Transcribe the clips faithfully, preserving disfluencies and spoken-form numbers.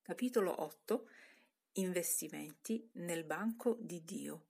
Capitolo otto. Investimenti nel banco di Dio.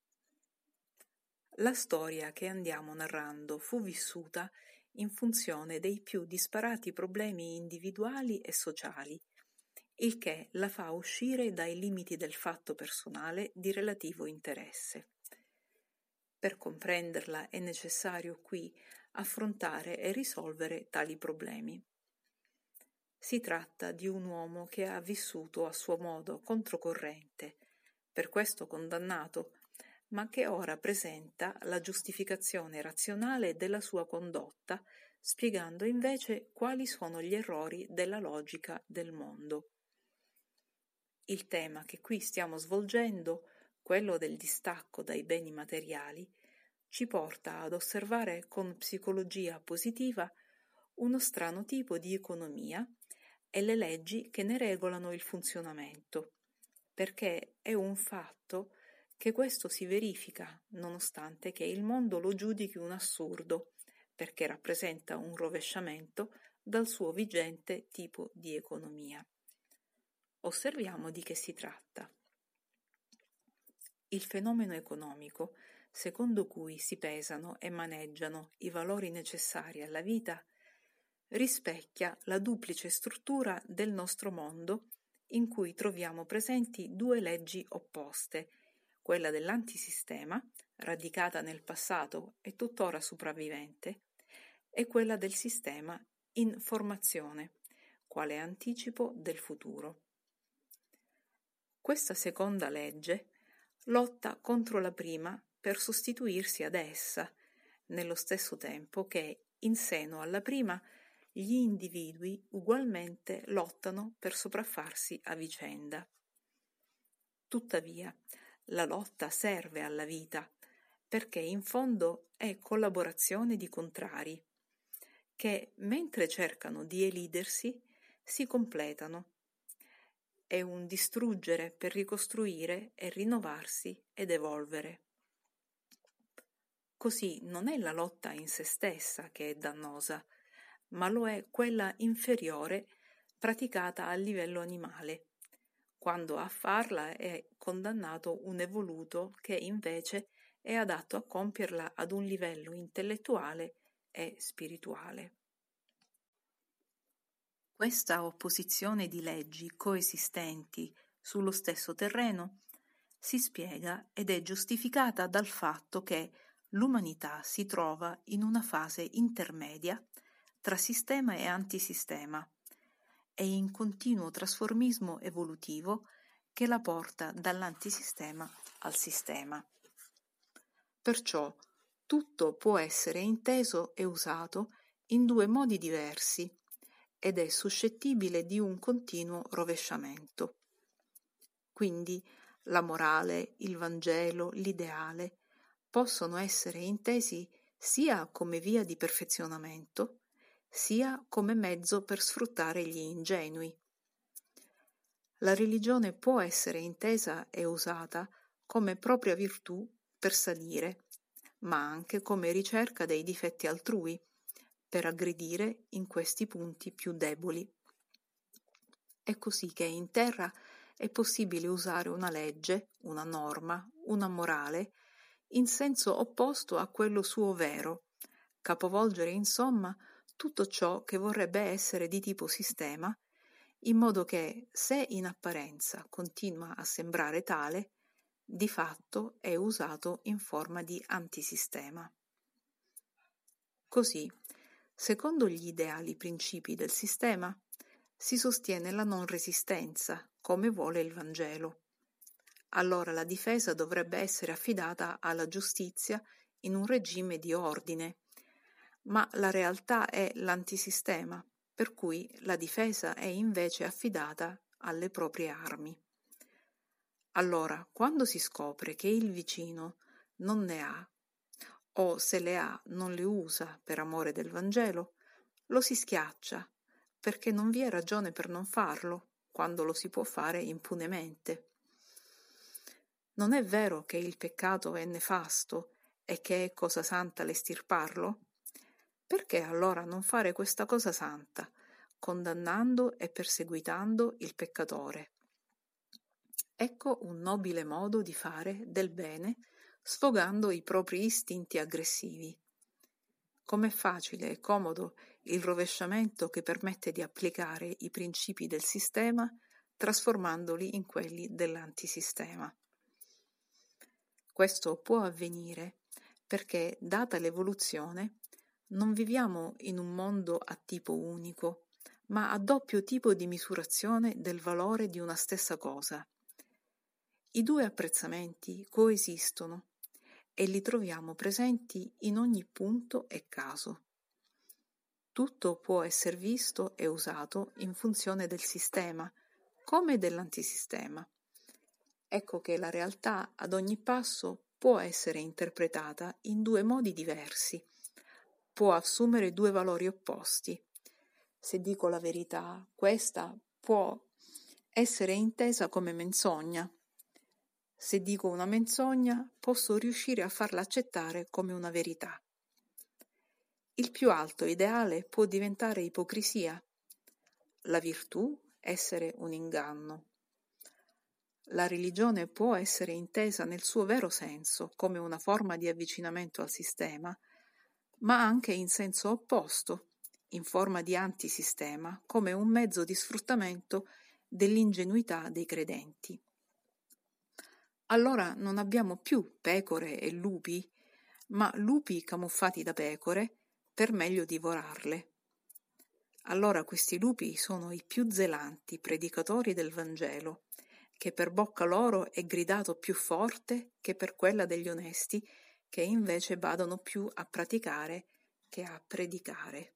La storia che andiamo narrando fu vissuta in funzione dei più disparati problemi individuali e sociali, il che la fa uscire dai limiti del fatto personale di relativo interesse. Per comprenderla è necessario qui affrontare e risolvere tali problemi. Si tratta di un uomo che ha vissuto a suo modo controcorrente, per questo condannato, ma che ora presenta la giustificazione razionale della sua condotta, spiegando invece quali sono gli errori della logica del mondo. Il tema che qui stiamo svolgendo, quello del distacco dai beni materiali, ci porta ad osservare con psicologia positiva uno strano tipo di economia e le leggi che ne regolano il funzionamento, perché è un fatto che questo si verifica, nonostante che il mondo lo giudichi un assurdo, perché rappresenta un rovesciamento dal suo vigente tipo di economia. Osserviamo di che si tratta. Il fenomeno economico, secondo cui si pesano e maneggiano i valori necessari alla vita, rispecchia la duplice struttura del nostro mondo in cui troviamo presenti due leggi opposte, quella dell'antisistema, radicata nel passato e tuttora sopravvivente, e quella del sistema in formazione, quale anticipo del futuro. Questa seconda legge lotta contro la prima per sostituirsi ad essa, nello stesso tempo che, in seno alla prima, gli individui ugualmente lottano per sopraffarsi a vicenda. Tuttavia, la lotta serve alla vita, perché in fondo è collaborazione di contrari, che, mentre cercano di elidersi, si completano. È un distruggere per ricostruire e rinnovarsi ed evolvere. Così non è la lotta in se stessa che è dannosa, ma lo è quella inferiore praticata a livello animale, quando a farla è condannato un evoluto che invece è adatto a compierla ad un livello intellettuale e spirituale. Questa opposizione di leggi coesistenti sullo stesso terreno si spiega ed è giustificata dal fatto che l'umanità si trova in una fase intermedia tra sistema e antisistema e in continuo trasformismo evolutivo che la porta dall'antisistema al sistema. Perciò tutto può essere inteso e usato in due modi diversi ed è suscettibile di un continuo rovesciamento. Quindi la morale, il Vangelo, l'ideale possono essere intesi sia come via di perfezionamento, sia come mezzo per sfruttare gli ingenui. La religione può essere intesa e usata come propria virtù per salire, ma anche come ricerca dei difetti altrui, per aggredire in questi punti più deboli. È così che in terra è possibile usare una legge, una norma, una morale, in senso opposto a quello suo vero, capovolgere insomma tutto ciò che vorrebbe essere di tipo sistema, in modo che, se in apparenza continua a sembrare tale, di fatto è usato in forma di antisistema. Così, secondo gli ideali principi del sistema, si sostiene la non resistenza, come vuole il Vangelo. Allora la difesa dovrebbe essere affidata alla giustizia in un regime di ordine, ma la realtà è l'antisistema, per cui la difesa è invece affidata alle proprie armi. Allora, quando si scopre che il vicino non ne ha, o se le ha non le usa per amore del Vangelo, lo si schiaccia, perché non vi è ragione per non farlo, quando lo si può fare impunemente. Non è vero che il peccato è nefasto e che è cosa santa l'estirparlo? Perché allora non fare questa cosa santa, condannando e perseguitando il peccatore. Ecco un nobile modo di fare del bene, sfogando i propri istinti aggressivi. Com'è facile e comodo il rovesciamento che permette di applicare i principi del sistema trasformandoli in quelli dell'antisistema. Questo può avvenire perché, data l'evoluzione, non viviamo in un mondo a tipo unico, ma a doppio tipo di misurazione del valore di una stessa cosa. I due apprezzamenti coesistono e li troviamo presenti in ogni punto e caso. Tutto può essere visto e usato in funzione del sistema, come dell'antisistema. Ecco che la realtà ad ogni passo può essere interpretata in due modi diversi, può assumere due valori opposti. Se dico la verità, questa può essere intesa come menzogna. Se dico una menzogna, posso riuscire a farla accettare come una verità. Il più alto ideale può diventare ipocrisia, la virtù essere un inganno. La religione può essere intesa nel suo vero senso come una forma di avvicinamento al sistema, ma anche in senso opposto, in forma di antisistema, come un mezzo di sfruttamento dell'ingenuità dei credenti. Allora non abbiamo più pecore e lupi, ma lupi camuffati da pecore per meglio divorarle. Allora questi lupi sono i più zelanti predicatori del Vangelo, che per bocca loro è gridato più forte che per quella degli onesti, che invece badano più a praticare che a predicare.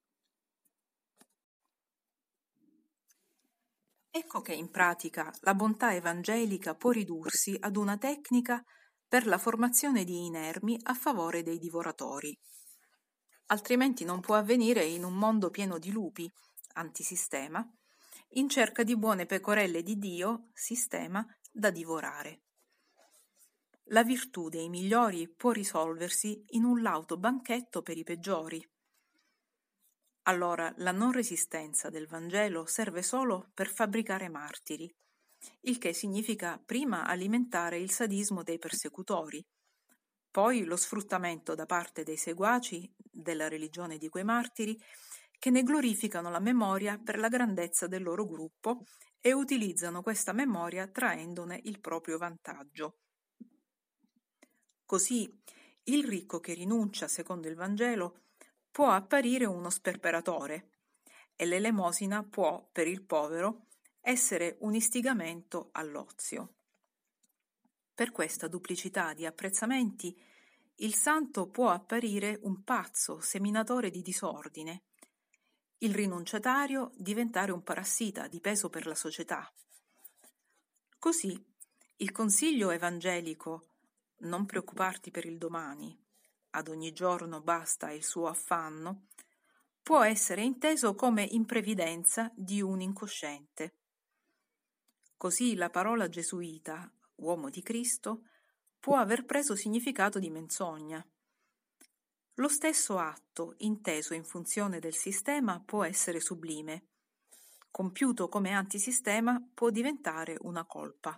Ecco che in pratica la bontà evangelica può ridursi ad una tecnica per la formazione di inermi a favore dei divoratori. Altrimenti non può avvenire in un mondo pieno di lupi, antisistema, in cerca di buone pecorelle di Dio, sistema, da divorare. La virtù dei migliori può risolversi in un lauto banchetto per i peggiori. Allora la non resistenza del Vangelo serve solo per fabbricare martiri, il che significa prima alimentare il sadismo dei persecutori, poi lo sfruttamento da parte dei seguaci della religione di quei martiri che ne glorificano la memoria per la grandezza del loro gruppo e utilizzano questa memoria traendone il proprio vantaggio. Così il ricco che rinuncia secondo il Vangelo può apparire uno sperperatore e l'elemosina può, per il povero, essere un istigamento all'ozio. Per questa duplicità di apprezzamenti, il santo può apparire un pazzo seminatore di disordine, il rinunciatario diventare un parassita di peso per la società. Così il consiglio evangelico «non preoccuparti per il domani, ad ogni giorno basta il suo affanno», può essere inteso come imprevidenza di un incosciente. Così la parola gesuita, uomo di Cristo, può aver preso significato di menzogna. Lo stesso atto, inteso in funzione del sistema, può essere sublime. Compiuto come antisistema, può diventare una colpa.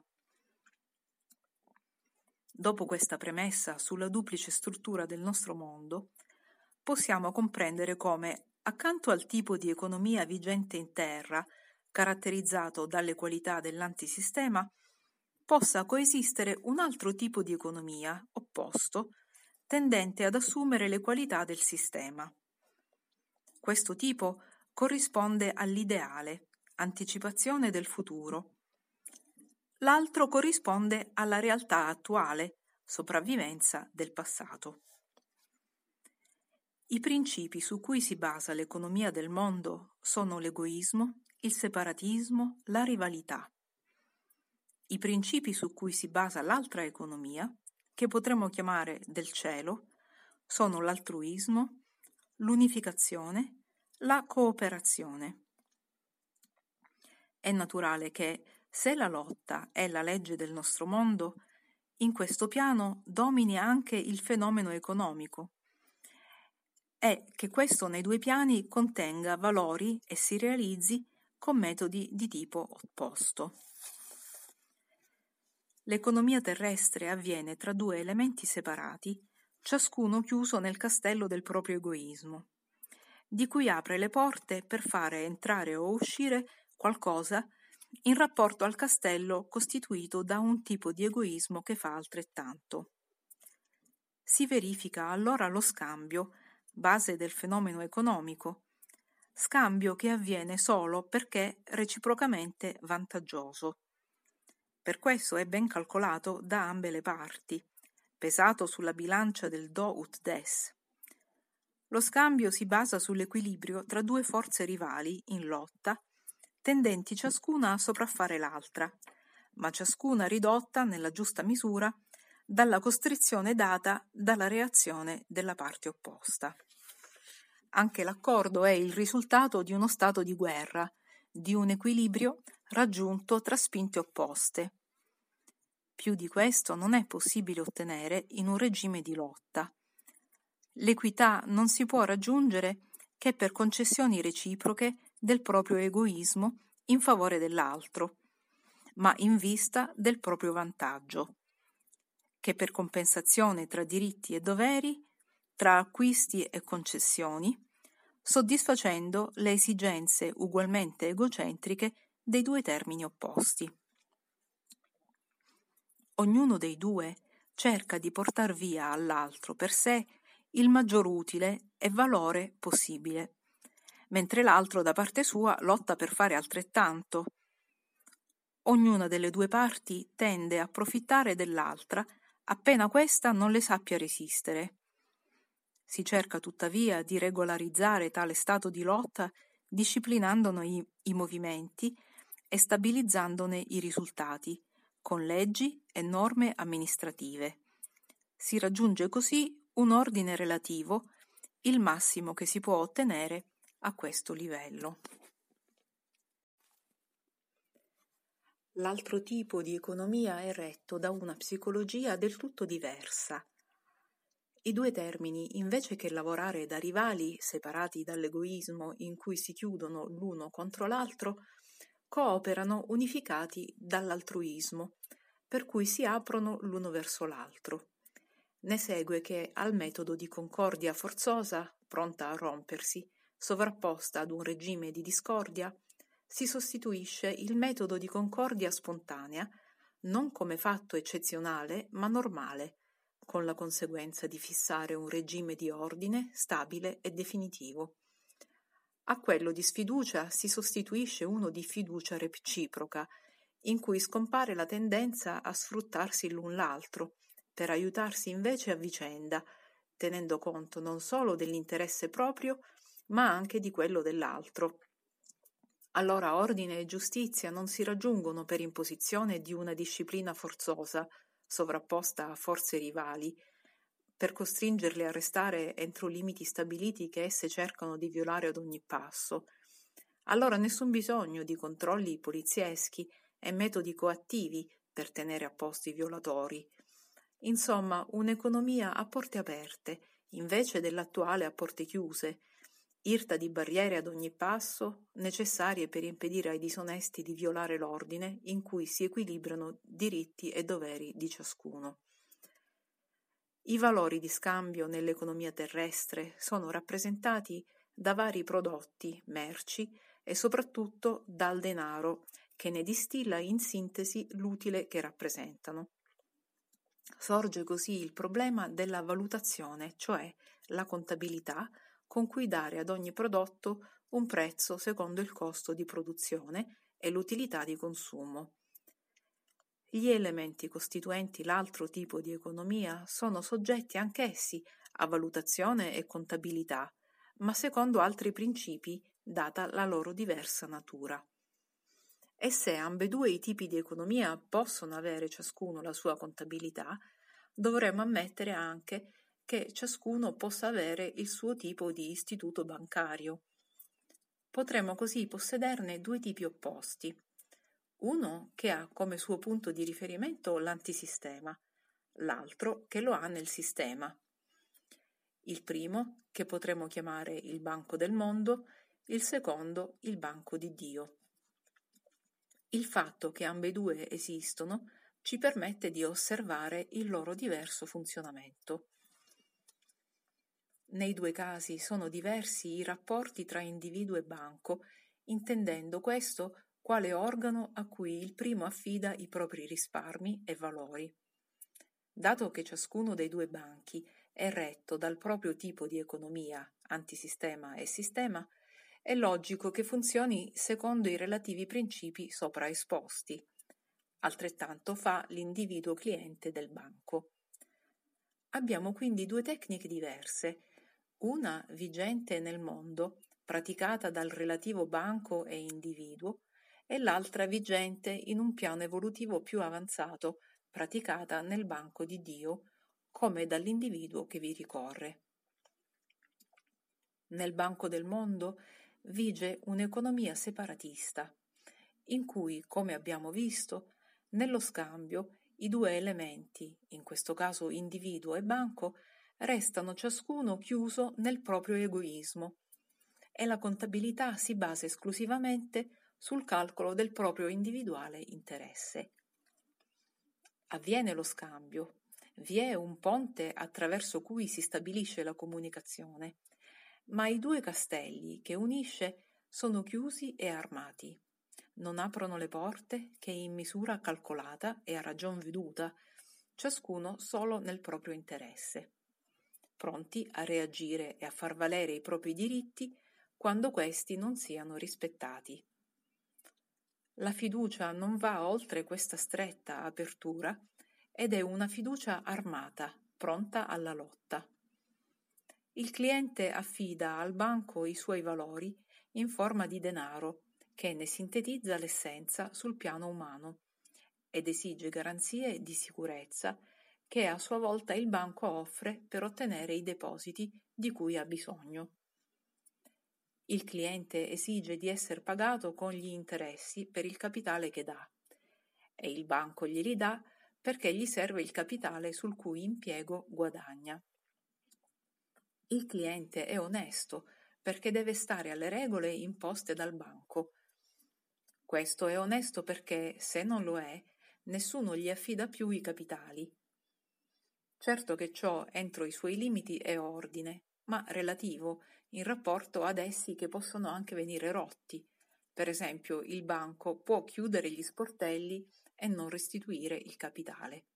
Dopo questa premessa sulla duplice struttura del nostro mondo, possiamo comprendere come, accanto al tipo di economia vigente in terra, caratterizzato dalle qualità dell'antisistema, possa coesistere un altro tipo di economia, opposto, tendente ad assumere le qualità del sistema. Questo tipo corrisponde all'ideale, anticipazione del futuro. L'altro corrisponde alla realtà attuale, sopravvivenza del passato. I principi su cui si basa l'economia del mondo sono l'egoismo, il separatismo, la rivalità. I principi su cui si basa l'altra economia, che potremmo chiamare del cielo, sono l'altruismo, l'unificazione, la cooperazione. È naturale che, se la lotta è la legge del nostro mondo, in questo piano domini anche il fenomeno economico. è che questo nei due piani contenga valori e si realizzi con metodi di tipo opposto. L'economia terrestre avviene tra due elementi separati, ciascuno chiuso nel castello del proprio egoismo, di cui apre le porte per fare entrare o uscire qualcosa in rapporto al castello costituito da un tipo di egoismo che fa altrettanto. Si verifica allora lo scambio, base del fenomeno economico, scambio che avviene solo perché reciprocamente vantaggioso. Per questo è ben calcolato da ambe le parti, pesato sulla bilancia del do ut des. Lo scambio si basa sull'equilibrio tra due forze rivali in lotta, tendenti ciascuna a sopraffare l'altra, ma ciascuna ridotta nella giusta misura dalla costrizione data dalla reazione della parte opposta. Anche l'accordo è il risultato di uno stato di guerra, di un equilibrio raggiunto tra spinte opposte. Più di questo non è possibile ottenere in un regime di lotta. L'equità non si può raggiungere che per concessioni reciproche del proprio egoismo in favore dell'altro, ma in vista del proprio vantaggio, che per compensazione tra diritti e doveri, tra acquisti e concessioni, soddisfacendo le esigenze ugualmente egocentriche dei due termini opposti. Ognuno dei due cerca di portar via all'altro per sé il maggior utile e valore possibile, mentre l'altro da parte sua lotta per fare altrettanto. Ognuna delle due parti tende a approfittare dell'altra appena questa non le sappia resistere. Si cerca tuttavia di regolarizzare tale stato di lotta disciplinandone i, i movimenti e stabilizzandone i risultati con leggi e norme amministrative. Si raggiunge così un ordine relativo, il massimo che si può ottenere a questo livello. L'altro tipo di economia è retto da una psicologia del tutto diversa. I due termini, invece che lavorare da rivali separati dall'egoismo in cui si chiudono l'uno contro l'altro, cooperano unificati dall'altruismo, per cui si aprono l'uno verso l'altro. Ne segue che al metodo di concordia forzosa, pronta a rompersi, sovrapposta ad un regime di discordia, si sostituisce il metodo di concordia spontanea, non come fatto eccezionale, ma normale, con la conseguenza di fissare un regime di ordine stabile e definitivo. A quello di sfiducia si sostituisce uno di fiducia reciproca, in cui scompare la tendenza a sfruttarsi l'un l'altro, per aiutarsi invece a vicenda, tenendo conto non solo dell'interesse proprio, ma anche di quello dell'altro. Allora ordine e giustizia non si raggiungono per imposizione di una disciplina forzosa, sovrapposta a forze rivali, per costringerle a restare entro limiti stabiliti che esse cercano di violare ad ogni passo. Allora nessun bisogno di controlli polizieschi e metodi coattivi per tenere a posto i violatori. Insomma, un'economia a porte aperte, invece dell'attuale a porte chiuse, irta di barriere ad ogni passo, necessarie per impedire ai disonesti di violare l'ordine in cui si equilibrano diritti e doveri di ciascuno. I valori di scambio nell'economia terrestre sono rappresentati da vari prodotti, merci e soprattutto dal denaro, che ne distilla in sintesi l'utile che rappresentano. Sorge così il problema della valutazione, cioè la contabilità, con cui dare ad ogni prodotto un prezzo secondo il costo di produzione e l'utilità di consumo. Gli elementi costituenti l'altro tipo di economia sono soggetti anch'essi a valutazione e contabilità, ma secondo altri principi, data la loro diversa natura. E se ambedue i tipi di economia possono avere ciascuno la sua contabilità, dovremmo ammettere anche che ciascuno possa avere il suo tipo di istituto bancario. Potremmo così possederne due tipi opposti. Uno che ha come suo punto di riferimento l'antisistema, l'altro che lo ha nel sistema. Il primo, che potremmo chiamare il banco del mondo, il secondo, il banco di Dio. Il fatto che ambedue esistono ci permette di osservare il loro diverso funzionamento. Nei due casi sono diversi i rapporti tra individuo e banco, intendendo questo quale organo a cui il primo affida i propri risparmi e valori. Dato che ciascuno dei due banchi è retto dal proprio tipo di economia, antisistema e sistema, è logico che funzioni secondo i relativi principi sopra esposti. Altrettanto fa l'individuo cliente del banco. Abbiamo quindi due tecniche diverse, una vigente nel mondo, praticata dal relativo banco e individuo, e l'altra vigente in un piano evolutivo più avanzato, praticata nel banco di Dio, come dall'individuo che vi ricorre. Nel banco del mondo vige un'economia separatista, in cui, come abbiamo visto, nello scambio i due elementi, in questo caso individuo e banco, restano ciascuno chiuso nel proprio egoismo e la contabilità si basa esclusivamente sul calcolo del proprio individuale interesse. Avviene lo scambio, vi è un ponte attraverso cui si stabilisce la comunicazione, ma i due castelli che unisce sono chiusi e armati. Non aprono le porte che in misura calcolata e a ragion veduta, ciascuno solo nel proprio interesse, pronti a reagire e a far valere i propri diritti quando questi non siano rispettati. La fiducia non va oltre questa stretta apertura ed è una fiducia armata, pronta alla lotta. Il cliente affida al banco i suoi valori in forma di denaro, che ne sintetizza l'essenza sul piano umano, ed esige garanzie di sicurezza che a sua volta il banco offre per ottenere i depositi di cui ha bisogno. Il cliente esige di essere pagato con gli interessi per il capitale che dà, e il banco glieli dà perché gli serve il capitale sul cui impiego guadagna. Il cliente è onesto perché deve stare alle regole imposte dal banco. Questo è onesto perché, se non lo è, nessuno gli affida più i capitali. Certo che ciò entro i suoi limiti è ordine, ma relativo in rapporto ad essi che possono anche venire rotti. Per esempio, il banco può chiudere gli sportelli e non restituire il capitale.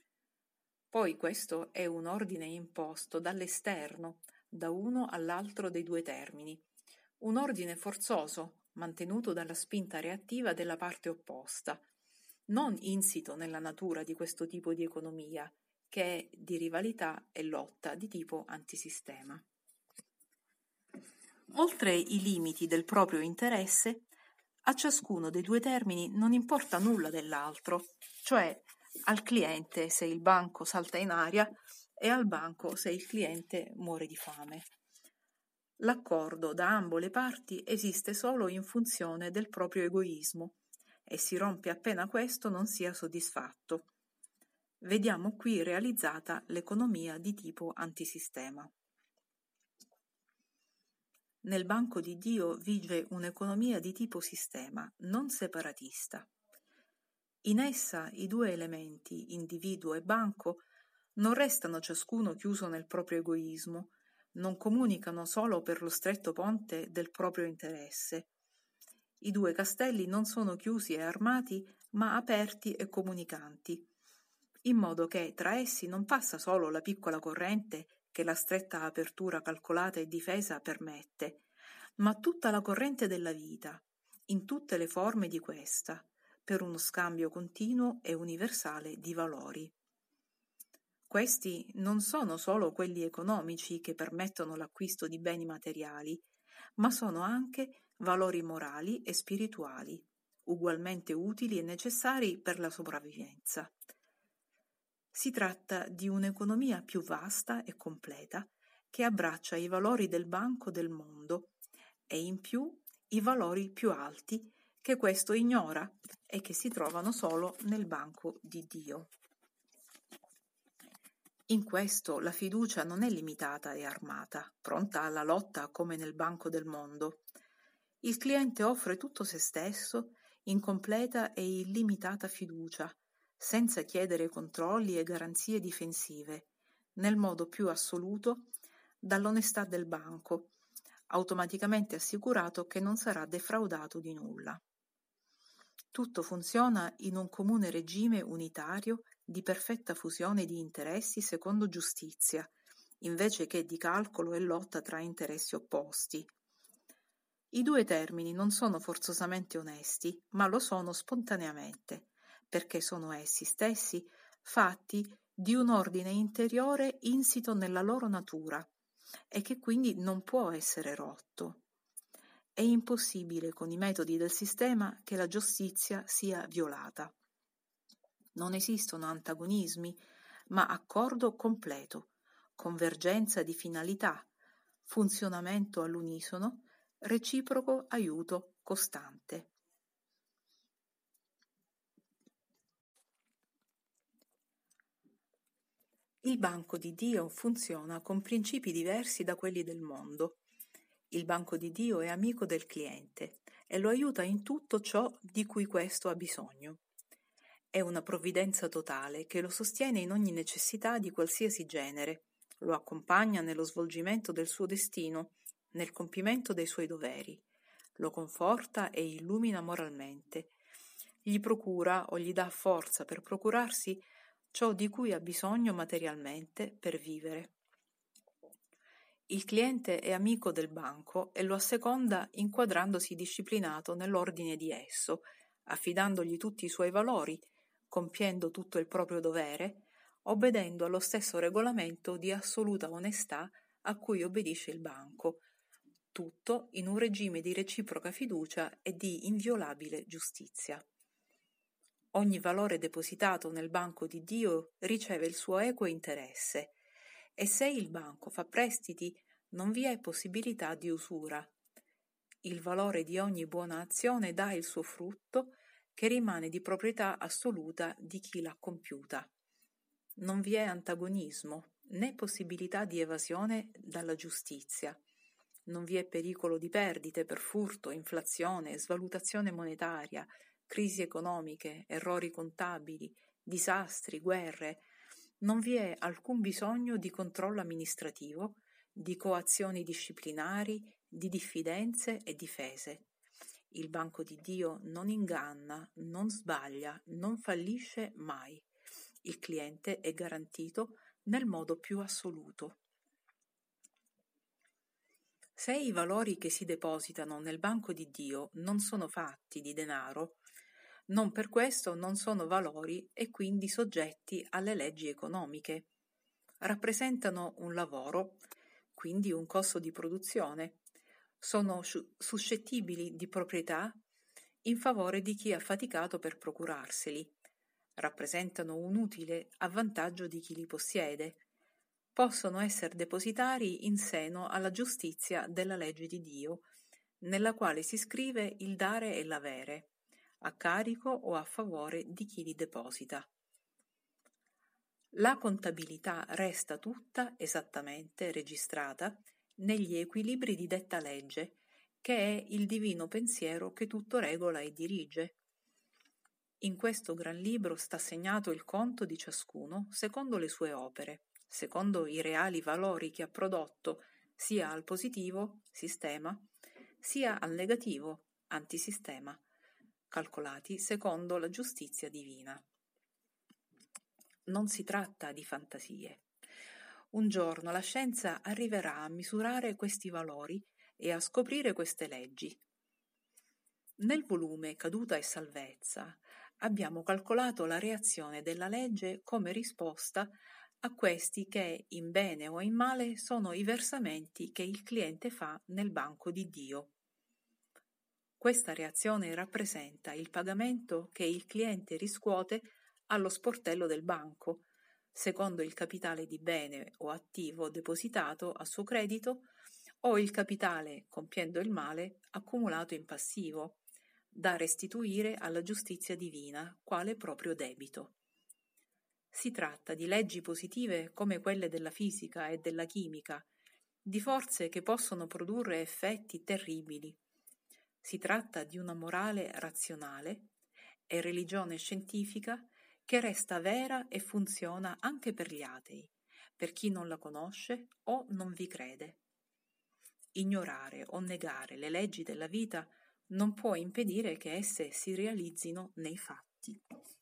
Poi questo è un ordine imposto dall'esterno, da uno all'altro dei due termini, un ordine forzoso, mantenuto dalla spinta reattiva della parte opposta, non insito nella natura di questo tipo di economia, che è di rivalità e lotta di tipo antisistema. Oltre i limiti del proprio interesse, a ciascuno dei due termini non importa nulla dell'altro, cioè al cliente se il banco salta in aria e al banco se il cliente muore di fame. L'accordo da ambo le parti esiste solo in funzione del proprio egoismo e si rompe appena questo non sia soddisfatto. Vediamo qui realizzata l'economia di tipo antisistema. Nel banco di Dio vige un'economia di tipo sistema, non separatista. In essa i due elementi, individuo e banco, non restano ciascuno chiuso nel proprio egoismo, non comunicano solo per lo stretto ponte del proprio interesse. I due castelli non sono chiusi e armati, ma aperti e comunicanti, in modo che tra essi non passa solo la piccola corrente che la stretta apertura calcolata e difesa permette, ma tutta la corrente della vita, in tutte le forme di questa, per uno scambio continuo e universale di valori. Questi non sono solo quelli economici che permettono l'acquisto di beni materiali, ma sono anche valori morali e spirituali, ugualmente utili e necessari per la sopravvivenza. Si tratta di un'economia più vasta e completa che abbraccia i valori del banco del mondo e in più i valori più alti che questo ignora e che si trovano solo nel banco di Dio. In questo la fiducia non è limitata e armata, pronta alla lotta come nel banco del mondo. Il cliente offre tutto se stesso in completa e illimitata fiducia, senza chiedere controlli e garanzie difensive, nel modo più assoluto dall'onestà del banco, automaticamente assicurato che non sarà defraudato di nulla. Tutto funziona in un comune regime unitario di perfetta fusione di interessi secondo giustizia, invece che di calcolo e lotta tra interessi opposti. I due termini non sono forzosamente onesti, ma lo sono spontaneamente, perché sono essi stessi fatti di un ordine interiore insito nella loro natura e che quindi non può essere rotto. È impossibile con i metodi del sistema che la giustizia sia violata. Non esistono antagonismi, ma accordo completo, convergenza di finalità, funzionamento all'unisono, reciproco aiuto costante. Il banco di Dio funziona con principi diversi da quelli del mondo. Il banco di Dio è amico del cliente e lo aiuta in tutto ciò di cui questo ha bisogno. È una provvidenza totale che lo sostiene in ogni necessità di qualsiasi genere, lo accompagna nello svolgimento del suo destino, nel compimento dei suoi doveri, lo conforta e illumina moralmente, gli procura o gli dà forza per procurarsi ciò di cui ha bisogno materialmente per vivere. Il cliente è amico del banco e lo asseconda inquadrandosi disciplinato nell'ordine di esso, affidandogli tutti i suoi valori, compiendo tutto il proprio dovere, obbedendo allo stesso regolamento di assoluta onestà a cui obbedisce il banco, tutto in un regime di reciproca fiducia e di inviolabile giustizia. Ogni valore depositato nel banco di Dio riceve il suo equo interesse, e se il banco fa prestiti non vi è possibilità di usura. Il valore di ogni buona azione dà il suo frutto, che rimane di proprietà assoluta di chi l'ha compiuta. Non vi è antagonismo, né possibilità di evasione dalla giustizia. Non vi è pericolo di perdite per furto, inflazione, svalutazione monetaria, crisi economiche, errori contabili, disastri, guerre. Non vi è alcun bisogno di controllo amministrativo, di coazioni disciplinari, di diffidenze e difese. Il banco di Dio non inganna, non sbaglia, non fallisce mai. Il cliente è garantito nel modo più assoluto. Se i valori che si depositano nel banco di Dio non sono fatti di denaro, non per questo non sono valori e quindi soggetti alle leggi economiche. Rappresentano un lavoro, quindi un costo di produzione. Sono suscettibili di proprietà in favore di chi ha faticato per procurarseli. Rappresentano un utile a vantaggio di chi li possiede. Possono essere depositari in seno alla giustizia della legge di Dio, nella quale si scrive il dare e l'avere, a carico o a favore di chi li deposita. La contabilità resta tutta esattamente registrata negli equilibri di detta legge, che è il divino pensiero che tutto regola e dirige. In questo gran libro sta segnato il conto di ciascuno secondo le sue opere, secondo i reali valori che ha prodotto sia al positivo, sistema, sia al negativo, antisistema, calcolati secondo la giustizia divina. Non si tratta di fantasie. Un giorno la scienza arriverà a misurare questi valori e a scoprire queste leggi. Nel volume Caduta e salvezza abbiamo calcolato la reazione della legge come risposta a questi che, in bene o in male, sono i versamenti che il cliente fa nel banco di Dio. Questa reazione rappresenta il pagamento che il cliente riscuote allo sportello del banco, secondo il capitale di bene o attivo depositato a suo credito o il capitale, compiendo il male, accumulato in passivo, da restituire alla giustizia divina quale proprio debito. Si tratta di leggi positive come quelle della fisica e della chimica, di forze che possono produrre effetti terribili. Si tratta di una morale razionale e religione scientifica che resta vera e funziona anche per gli atei, per chi non la conosce o non vi crede. Ignorare o negare le leggi della vita non può impedire che esse si realizzino nei fatti.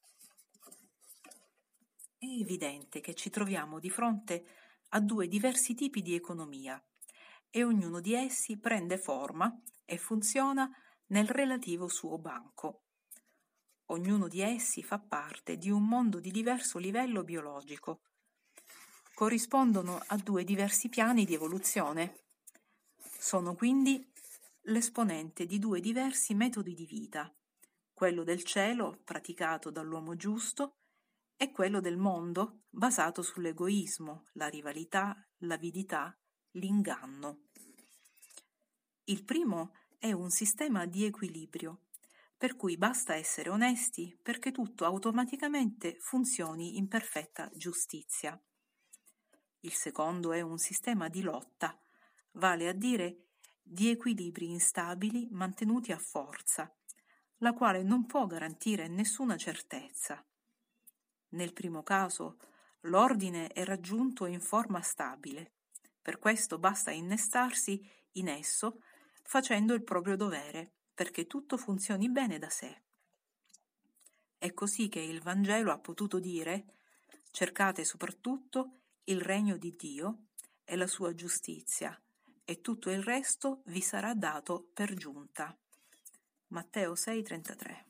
È evidente che ci troviamo di fronte a due diversi tipi di economia e ognuno di essi prende forma e funziona nel relativo suo banco. Ognuno di essi fa parte di un mondo di diverso livello biologico. Corrispondono a due diversi piani di evoluzione. Sono quindi l'esponente di due diversi metodi di vita, quello del cielo praticato dall'uomo giusto e quello del mondo basato sull'egoismo, la rivalità, l'avidità, l'inganno. Il primo è un sistema di equilibrio, per cui basta essere onesti perché tutto automaticamente funzioni in perfetta giustizia. Il secondo è un sistema di lotta, vale a dire di equilibri instabili mantenuti a forza, la quale non può garantire nessuna certezza. Nel primo caso, l'ordine è raggiunto in forma stabile, per questo basta innestarsi in esso facendo il proprio dovere, perché tutto funzioni bene da sé. È così che il Vangelo ha potuto dire: cercate soprattutto il regno di Dio e la sua giustizia, e tutto il resto vi sarà dato per giunta. Matteo sei trentatré.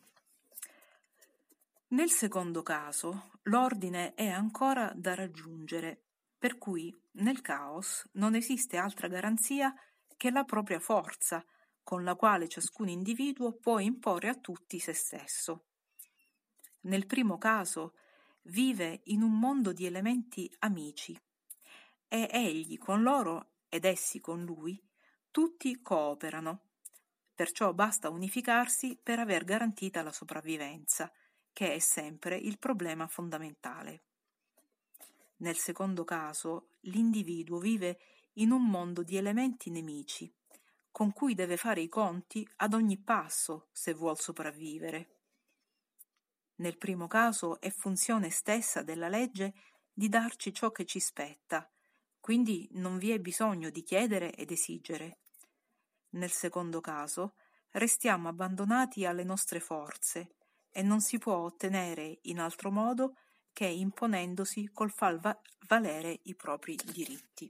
Nel secondo caso, l'ordine è ancora da raggiungere, per cui nel caos non esiste altra garanzia che la propria forza, con la quale ciascun individuo può imporre a tutti se stesso. Nel primo caso vive in un mondo di elementi amici e egli con loro ed essi con lui, tutti cooperano. Perciò basta unificarsi per aver garantita la sopravvivenza, che è sempre il problema fondamentale. Nel secondo caso, l'individuo vive in un mondo di elementi nemici, con cui deve fare i conti ad ogni passo se vuol sopravvivere. Nel primo caso è funzione stessa della legge di darci ciò che ci spetta, quindi non vi è bisogno di chiedere ed esigere. Nel secondo caso restiamo abbandonati alle nostre forze e non si può ottenere in altro modo che imponendosi col far va- valere i propri diritti.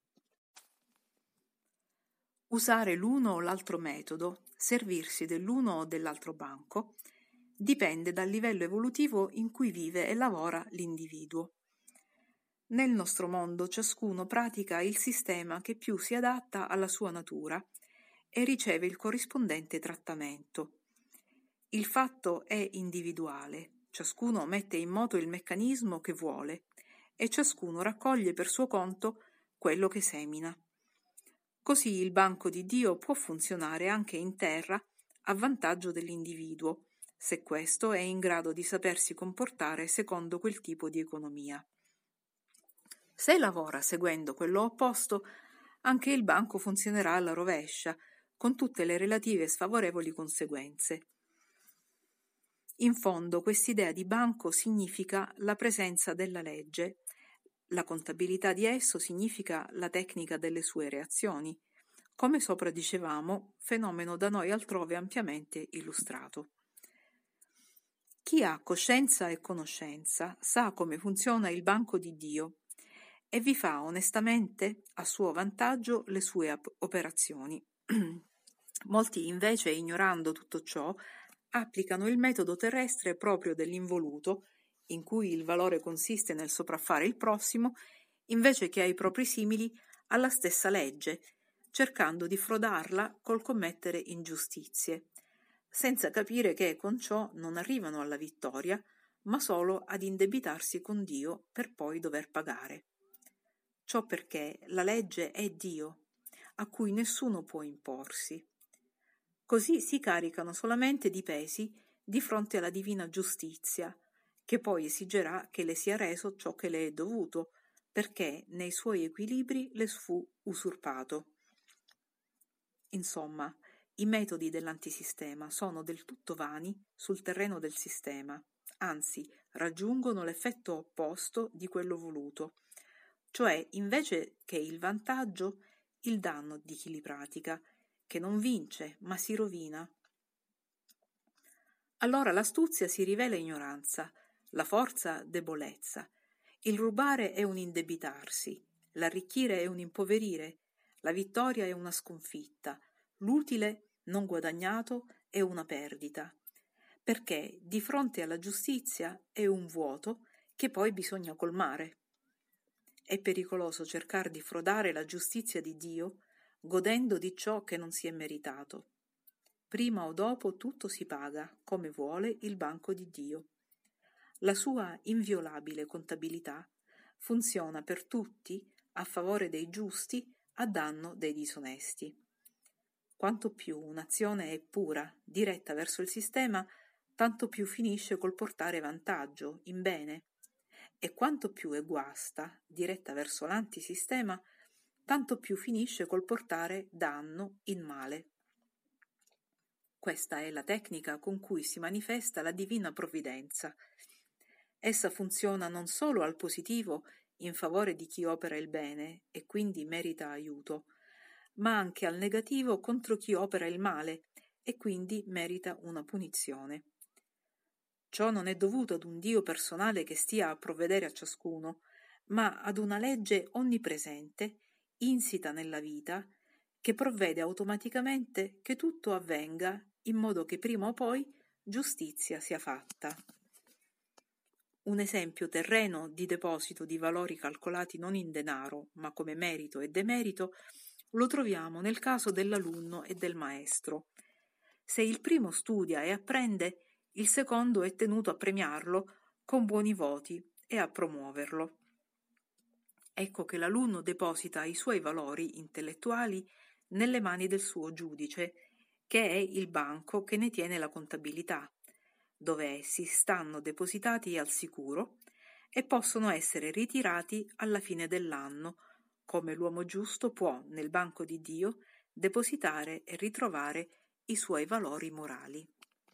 Usare l'uno o l'altro metodo, servirsi dell'uno o dell'altro banco, dipende dal livello evolutivo in cui vive e lavora l'individuo. Nel nostro mondo ciascuno pratica il sistema che più si adatta alla sua natura e riceve il corrispondente trattamento. Il fatto è individuale, ciascuno mette in moto il meccanismo che vuole e ciascuno raccoglie per suo conto quello che semina. Così il banco di Dio può funzionare anche in terra a vantaggio dell'individuo, se questo è in grado di sapersi comportare secondo quel tipo di economia. Se lavora seguendo quello opposto, anche il banco funzionerà alla rovescia, con tutte le relative sfavorevoli conseguenze. In fondo, quest'idea di banco significa la presenza della legge. La contabilità di esso significa la tecnica delle sue reazioni, come sopra dicevamo, fenomeno da noi altrove ampiamente illustrato. Chi ha coscienza e conoscenza sa come funziona il banco di Dio e vi fa onestamente a suo vantaggio le sue op- operazioni. Molti invece, ignorando tutto ciò, applicano il metodo terrestre proprio dell'involuto, in cui il valore consiste nel sopraffare il prossimo, invece che ai propri simili, alla stessa legge, cercando di frodarla col commettere ingiustizie, senza capire che con ciò non arrivano alla vittoria, ma solo ad indebitarsi con Dio per poi dover pagare. Ciò perché la legge è Dio, a cui nessuno può imporsi. Così si caricano solamente di pesi di fronte alla divina giustizia, che poi esigerà che le sia reso ciò che le è dovuto, perché nei suoi equilibri le fu usurpato. Insomma, i metodi dell'antisistema sono del tutto vani sul terreno del sistema, anzi raggiungono l'effetto opposto di quello voluto, cioè invece che il vantaggio, il danno di chi li pratica, che non vince ma si rovina. Allora l'astuzia si rivela ignoranza, la forza debolezza, il rubare è un indebitarsi, l'arricchire è un impoverire, la vittoria è una sconfitta, l'utile non guadagnato è una perdita, perché di fronte alla giustizia è un vuoto che poi bisogna colmare. È pericoloso cercare di frodare la giustizia di Dio godendo di ciò che non si è meritato. Prima o dopo tutto si paga, come vuole il banco di Dio. La sua inviolabile contabilità funziona per tutti a favore dei giusti, a danno dei disonesti. Quanto più un'azione è pura, diretta verso il sistema, tanto più finisce col portare vantaggio, in bene, e quanto più è guasta, diretta verso l'antisistema, tanto più finisce col portare danno, in male. Questa è la tecnica con cui si manifesta la divina provvidenza. Essa funziona non solo al positivo in favore di chi opera il bene e quindi merita aiuto, ma anche al negativo contro chi opera il male e quindi merita una punizione. Ciò non è dovuto ad un Dio personale che stia a provvedere a ciascuno, ma ad una legge onnipresente, insita nella vita, che provvede automaticamente che tutto avvenga in modo che prima o poi giustizia sia fatta. Un esempio terreno di deposito di valori calcolati non in denaro, ma come merito e demerito, lo troviamo nel caso dell'alunno e del maestro. Se il primo studia e apprende, il secondo è tenuto a premiarlo con buoni voti e a promuoverlo. Ecco che l'alunno deposita i suoi valori intellettuali nelle mani del suo giudice, che è il banco che ne tiene la contabilità, dove essi stanno depositati al sicuro e possono essere ritirati alla fine dell'anno, come l'uomo giusto può nel banco di Dio depositare e ritrovare i suoi valori morali.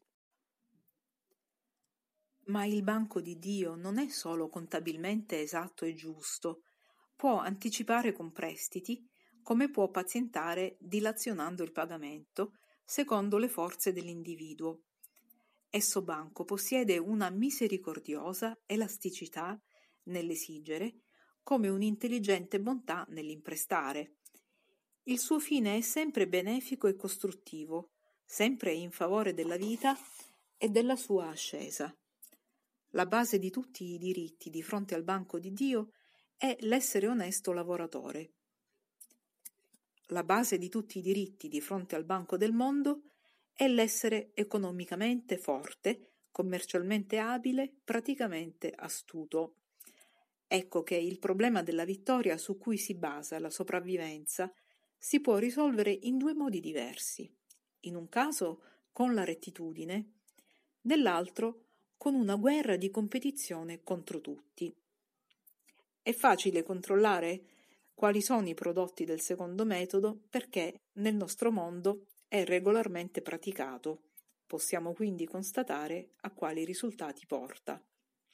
Ma il banco di Dio non è solo contabilmente esatto e giusto, può anticipare con prestiti, come può pazientare dilazionando il pagamento secondo le forze dell'individuo. Esso banco possiede una misericordiosa elasticità nell'esigere, come un'intelligente bontà nell'imprestare. Il suo fine è sempre benefico e costruttivo, sempre in favore della vita e della sua ascesa. La base di tutti i diritti di fronte al banco di Dio è l'essere onesto lavoratore. La base di tutti i diritti di fronte al banco del mondo è l'essere economicamente forte, commercialmente abile, praticamente astuto. Ecco che il problema della vittoria su cui si basa la sopravvivenza si può risolvere in due modi diversi. In un caso con la rettitudine, nell'altro con una guerra di competizione contro tutti. È facile controllare quali sono i prodotti del secondo metodo perché nel nostro mondo è regolarmente praticato. Possiamo quindi constatare a quali risultati porta.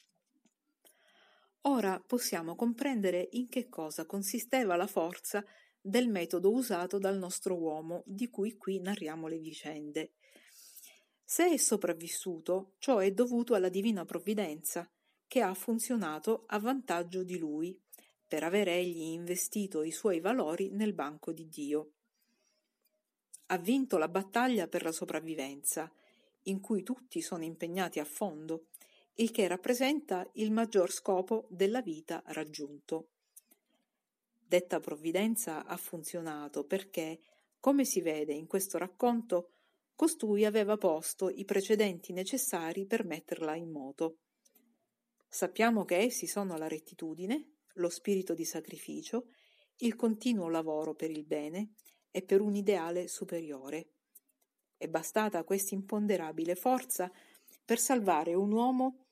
Ora possiamo comprendere in che cosa consisteva la forza del metodo usato dal nostro uomo, di cui qui narriamo le vicende. Se è sopravvissuto, ciò è dovuto alla divina provvidenza, che ha funzionato a vantaggio di lui, per aver egli investito i suoi valori nel banco di Dio. Ha vinto la battaglia per la sopravvivenza, in cui tutti sono impegnati a fondo, il che rappresenta il maggior scopo della vita raggiunto. Detta provvidenza ha funzionato perché, come si vede in questo racconto, costui aveva posto i precedenti necessari per metterla in moto. Sappiamo che essi sono la rettitudine, lo spirito di sacrificio, il continuo lavoro per il bene e per un ideale superiore. È bastata questa imponderabile forza per salvare un uomo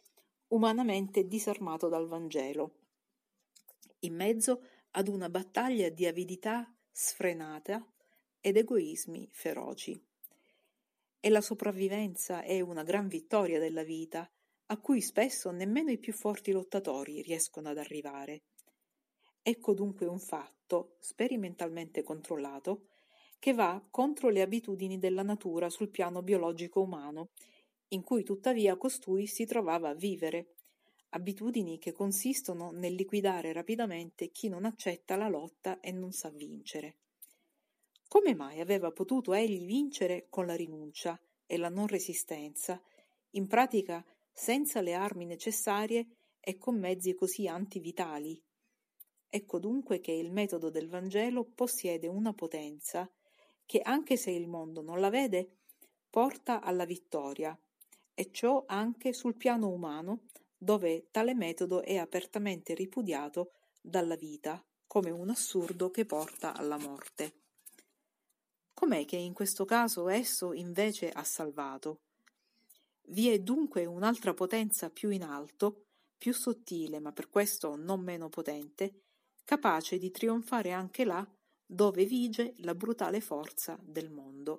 umanamente disarmato dal Vangelo, in mezzo ad una battaglia di avidità sfrenata ed egoismi feroci. E la sopravvivenza è una gran vittoria della vita, a cui spesso nemmeno i più forti lottatori riescono ad arrivare. Ecco dunque un fatto, sperimentalmente controllato, che va contro le abitudini della natura sul piano biologico umano, in cui tuttavia costui si trovava a vivere, abitudini che consistono nel liquidare rapidamente chi non accetta la lotta e non sa vincere. Come mai aveva potuto egli vincere con la rinuncia e la non resistenza, in pratica senza le armi necessarie e con mezzi così antivitali? Ecco dunque che il metodo del Vangelo possiede una potenza che, anche se il mondo non la vede, porta alla vittoria, e ciò anche sul piano umano, dove tale metodo è apertamente ripudiato dalla vita come un assurdo che porta alla morte. Com'è che in questo caso esso invece ha salvato? Vi è dunque un'altra potenza più in alto, più sottile ma per questo non meno potente, capace di trionfare anche là dove vige la brutale forza del mondo.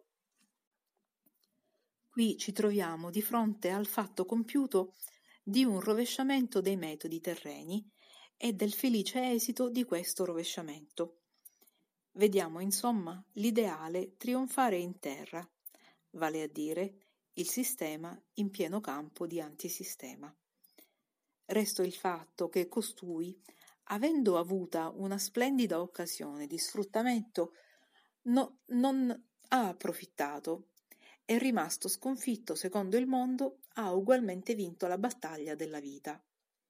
Qui ci troviamo di fronte al fatto compiuto di un rovesciamento dei metodi terreni e del felice esito di questo rovesciamento. Vediamo insomma l'ideale trionfare in terra, vale a dire il sistema in pieno campo di antisistema. Resto il fatto che costui, avendo avuta una splendida occasione di sfruttamento, no, non ha approfittato. È rimasto sconfitto secondo il mondo, ha ugualmente vinto la battaglia della vita.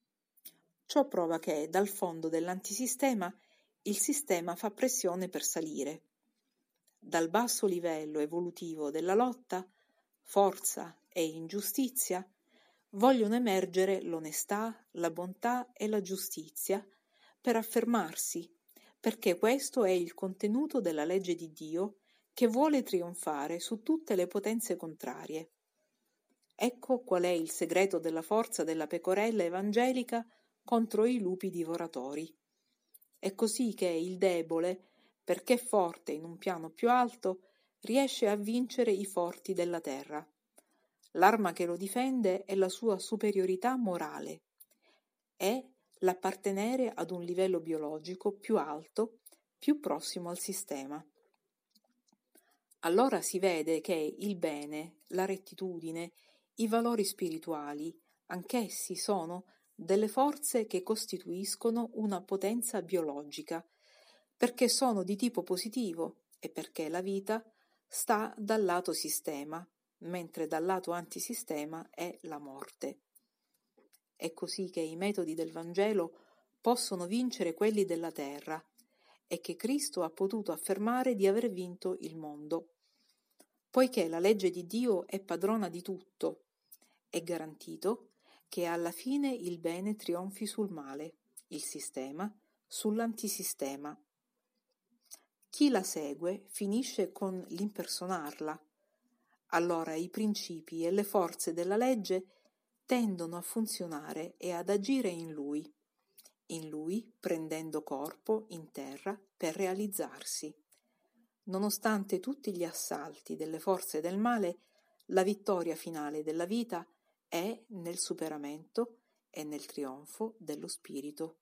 Ciò prova che dal fondo dell'antisistema il sistema fa pressione per salire. Dal basso livello evolutivo della lotta, forza e ingiustizia, vogliono emergere l'onestà, la bontà e la giustizia per affermarsi, perché questo è il contenuto della legge di Dio che vuole trionfare su tutte le potenze contrarie. Ecco qual è il segreto della forza della pecorella evangelica contro i lupi divoratori. È così che il debole, perché forte in un piano più alto, riesce a vincere i forti della terra. L'arma che lo difende è la sua superiorità morale, è l'appartenere ad un livello biologico più alto, più prossimo al sistema. Allora si vede che il bene, la rettitudine, i valori spirituali, anch'essi sono delle forze che costituiscono una potenza biologica, perché sono di tipo positivo e perché la vita sta dal lato sistema, mentre dal lato antisistema è la morte. È così che i metodi del Vangelo possono vincere quelli della terra e che Cristo ha potuto affermare di aver vinto il mondo, poiché la legge di Dio è padrona di tutto. È garantito che alla fine il bene trionfi sul male, il sistema sull'antisistema. Chi la segue finisce con l'impersonarla. Allora i principi e le forze della legge tendono a funzionare e ad agire in lui, in lui prendendo corpo in terra per realizzarsi. Nonostante tutti gli assalti delle forze del male, la vittoria finale della vita è nel superamento e nel trionfo dello spirito.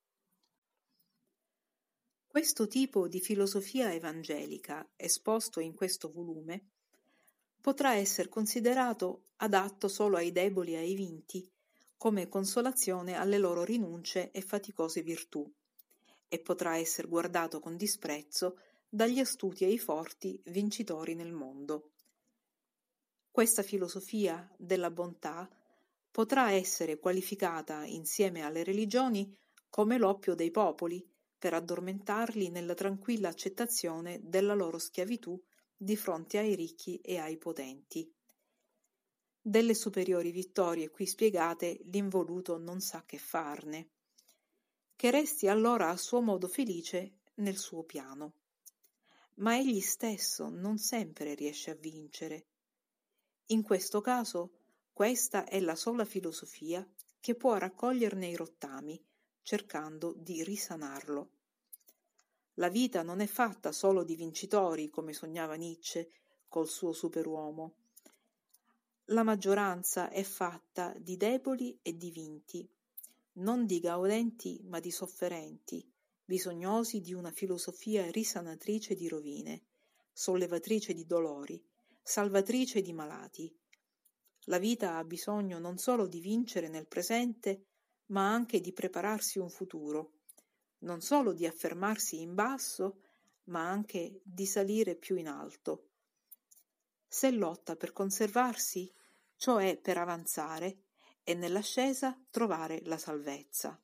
Questo tipo di filosofia evangelica, esposto in questo volume, potrà essere considerato adatto solo ai deboli e ai vinti, come consolazione alle loro rinunce e faticose virtù, e potrà essere guardato con disprezzo dagli astuti e ai forti vincitori nel mondo. Questa filosofia della bontà potrà essere qualificata insieme alle religioni come l'oppio dei popoli, per addormentarli nella tranquilla accettazione della loro schiavitù di fronte ai ricchi e ai potenti. Delle superiori vittorie qui spiegate l'involuto non sa che farne. Che resti allora a suo modo felice nel suo piano. Ma egli stesso non sempre riesce a vincere. In questo caso, questa è la sola filosofia che può raccoglierne i rottami, cercando di risanarlo. La vita non è fatta solo di vincitori, come sognava Nietzsche col suo superuomo. La maggioranza è fatta di deboli e di vinti, non di gaudenti ma di sofferenti, bisognosi di una filosofia risanatrice di rovine, sollevatrice di dolori, salvatrice di malati. La vita ha bisogno non solo di vincere nel presente, ma anche di prepararsi un futuro, non solo di affermarsi in basso, ma anche di salire più in alto. Se lotta per conservarsi, ciò è per avanzare e nell'ascesa trovare la salvezza.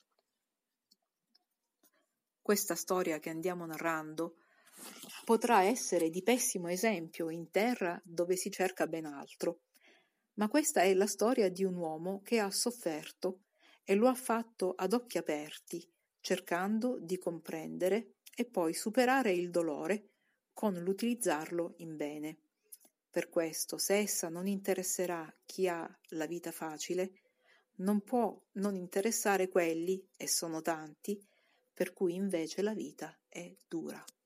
Questa storia che andiamo narrando potrà essere di pessimo esempio in terra dove si cerca ben altro, ma questa è la storia di un uomo che ha sofferto e lo ha fatto ad occhi aperti, cercando di comprendere e poi superare il dolore con l'utilizzarlo in bene. Per questo, se essa non interesserà chi ha la vita facile, non può non interessare quelli, e sono tanti, per cui invece la vita è dura.